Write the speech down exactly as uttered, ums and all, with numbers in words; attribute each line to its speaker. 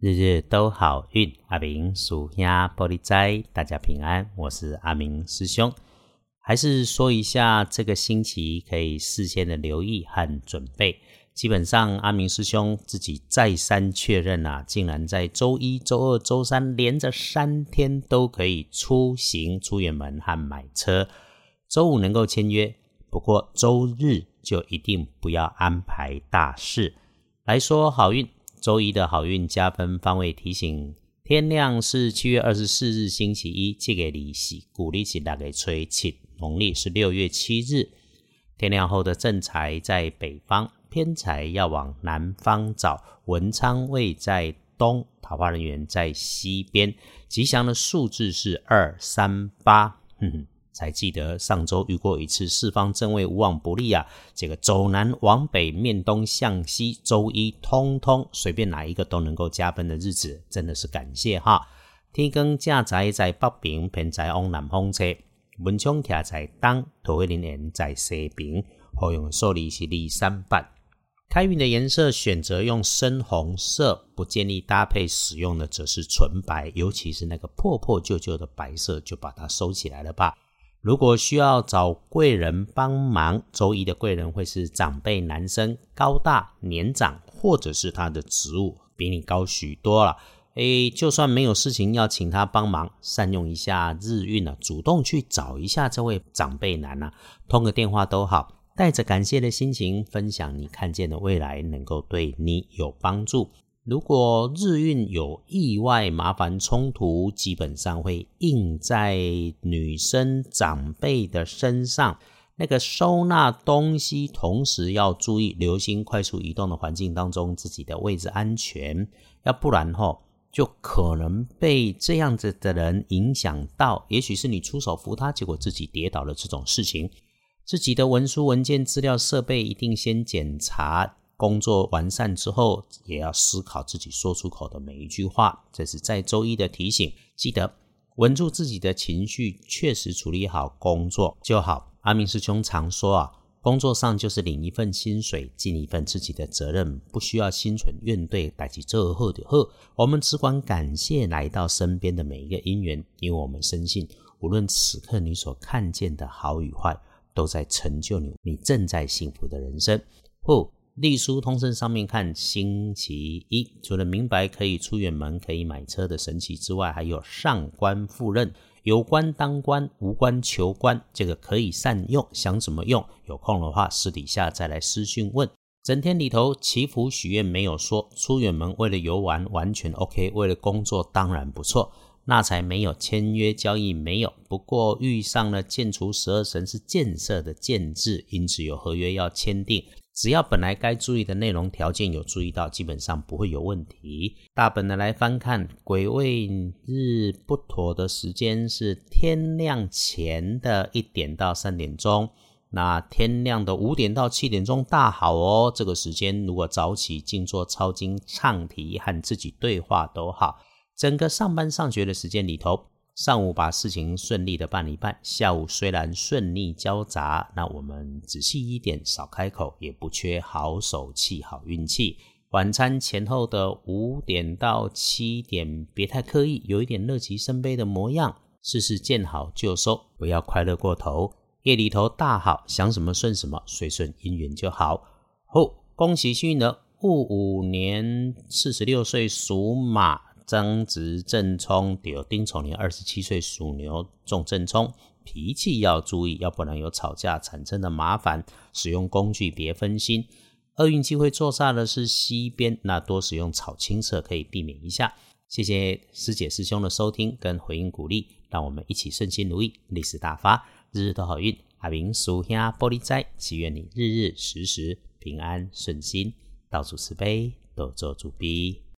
Speaker 1: 日日都好运，阿明属兄玻璃斋，大家平安，我是阿明师兄。还是说一下这个星期可以事先的留意和准备。基本上阿明师兄自己再三确认啊，竟然在周一、周二、周三连着三天都可以出行、出远门和买车。周五能够签约，不过周日就一定不要安排大事。来说好运，周一的好运加分方位提醒，天亮是七月二十四日星期一，这个日是古历是六月初七，农历是六月七日。天亮后的正财在北方，偏财要往南方找，文昌位在东，桃花人缘在西边。吉祥的数字是二三八。哼哼，才记得上周遇过一次四方正位无往不利啊，这个走南往北面东向西，周一通通随便哪一个都能够加分的日子，真的是感谢哈。天光正财在北边，偏财往南方车，文昌徛在东，桃花人缘在西边。好用的数字是二三八。开运的颜色选择用深红色，不建议搭配使用的则是纯白，尤其是那个破破旧旧的白色就把它收起来了吧。如果需要找贵人帮忙，周一的贵人会是长辈男生，高大年长，或者是他的职务比你高许多了。诶，就算没有事情要请他帮忙，善用一下日运啊，主动去找一下这位长辈男啊，通个电话都好，带着感谢的心情分享你看见的未来，能够对你有帮助。如果日运有意外麻烦冲突，基本上会印在女生长辈的身上。那个收纳东西同时要注意留心快速移动的环境当中自己的位置安全，要不然齁就可能被这样子的人影响到，也许是你出手扶他，结果自己跌倒了这种事情。自己的文书文件资料设备一定先检查，工作完善之后也要思考自己说出口的每一句话，这是在周一的提醒。记得稳住自己的情绪，确实处理好工作就好。阿明师兄常说啊，工作上就是领一份薪水，尽一份自己的责任，不需要心存怨怼，代志做好就好。我们只管感谢来到身边的每一个因缘，因为我们深信无论此刻你所看见的好与坏，都在成就你你正在幸福的人生。哦，历书通胜上面看，星期一除了明白可以出远门可以买车的神奇之外，还有上官赴任，有官当官，无官求官，这个可以善用，想怎么用，有空的话私底下再来私讯问。整天里头祈福许愿没有说，出远门为了游玩完全 OK， 为了工作当然不错。那才没有，签约交易没有，不过遇上了建除十二神是建设的建制，因此有合约要签订，只要本来该注意的内容条件有注意到，基本上不会有问题。大本的来翻看，癸未日不妥的时间是天亮前的一点到三点钟，那天亮的五点到七点钟大好哦，这个时间如果早起静坐抄经唱题和自己对话都好。整个上班上学的时间里头，上午把事情顺利的办一办，下午虽然顺利交杂，那我们仔细一点，少开口，也不缺好手气好运气。晚餐前后的五点到七点别太刻意，有一点乐极生悲的模样，事事见好就收，不要快乐过头。夜里头大好，想什么顺什么，随顺因缘就好。后恭喜幸运儿，戊午年四十六岁属马，张值正冲，对，丁丑年二十七岁属牛中正冲，脾气要注意，要不然有吵架产生的麻烦。使用工具别分心。厄运机会坐煞的是西边，那多使用草青色可以避免一下。谢谢师姐师兄的收听跟回应鼓励，让我们一起顺心如意，利市大发，日日都好运。阿明属兄玻璃斋，祈愿你日日时时平安顺心，到处慈悲，多做主逼。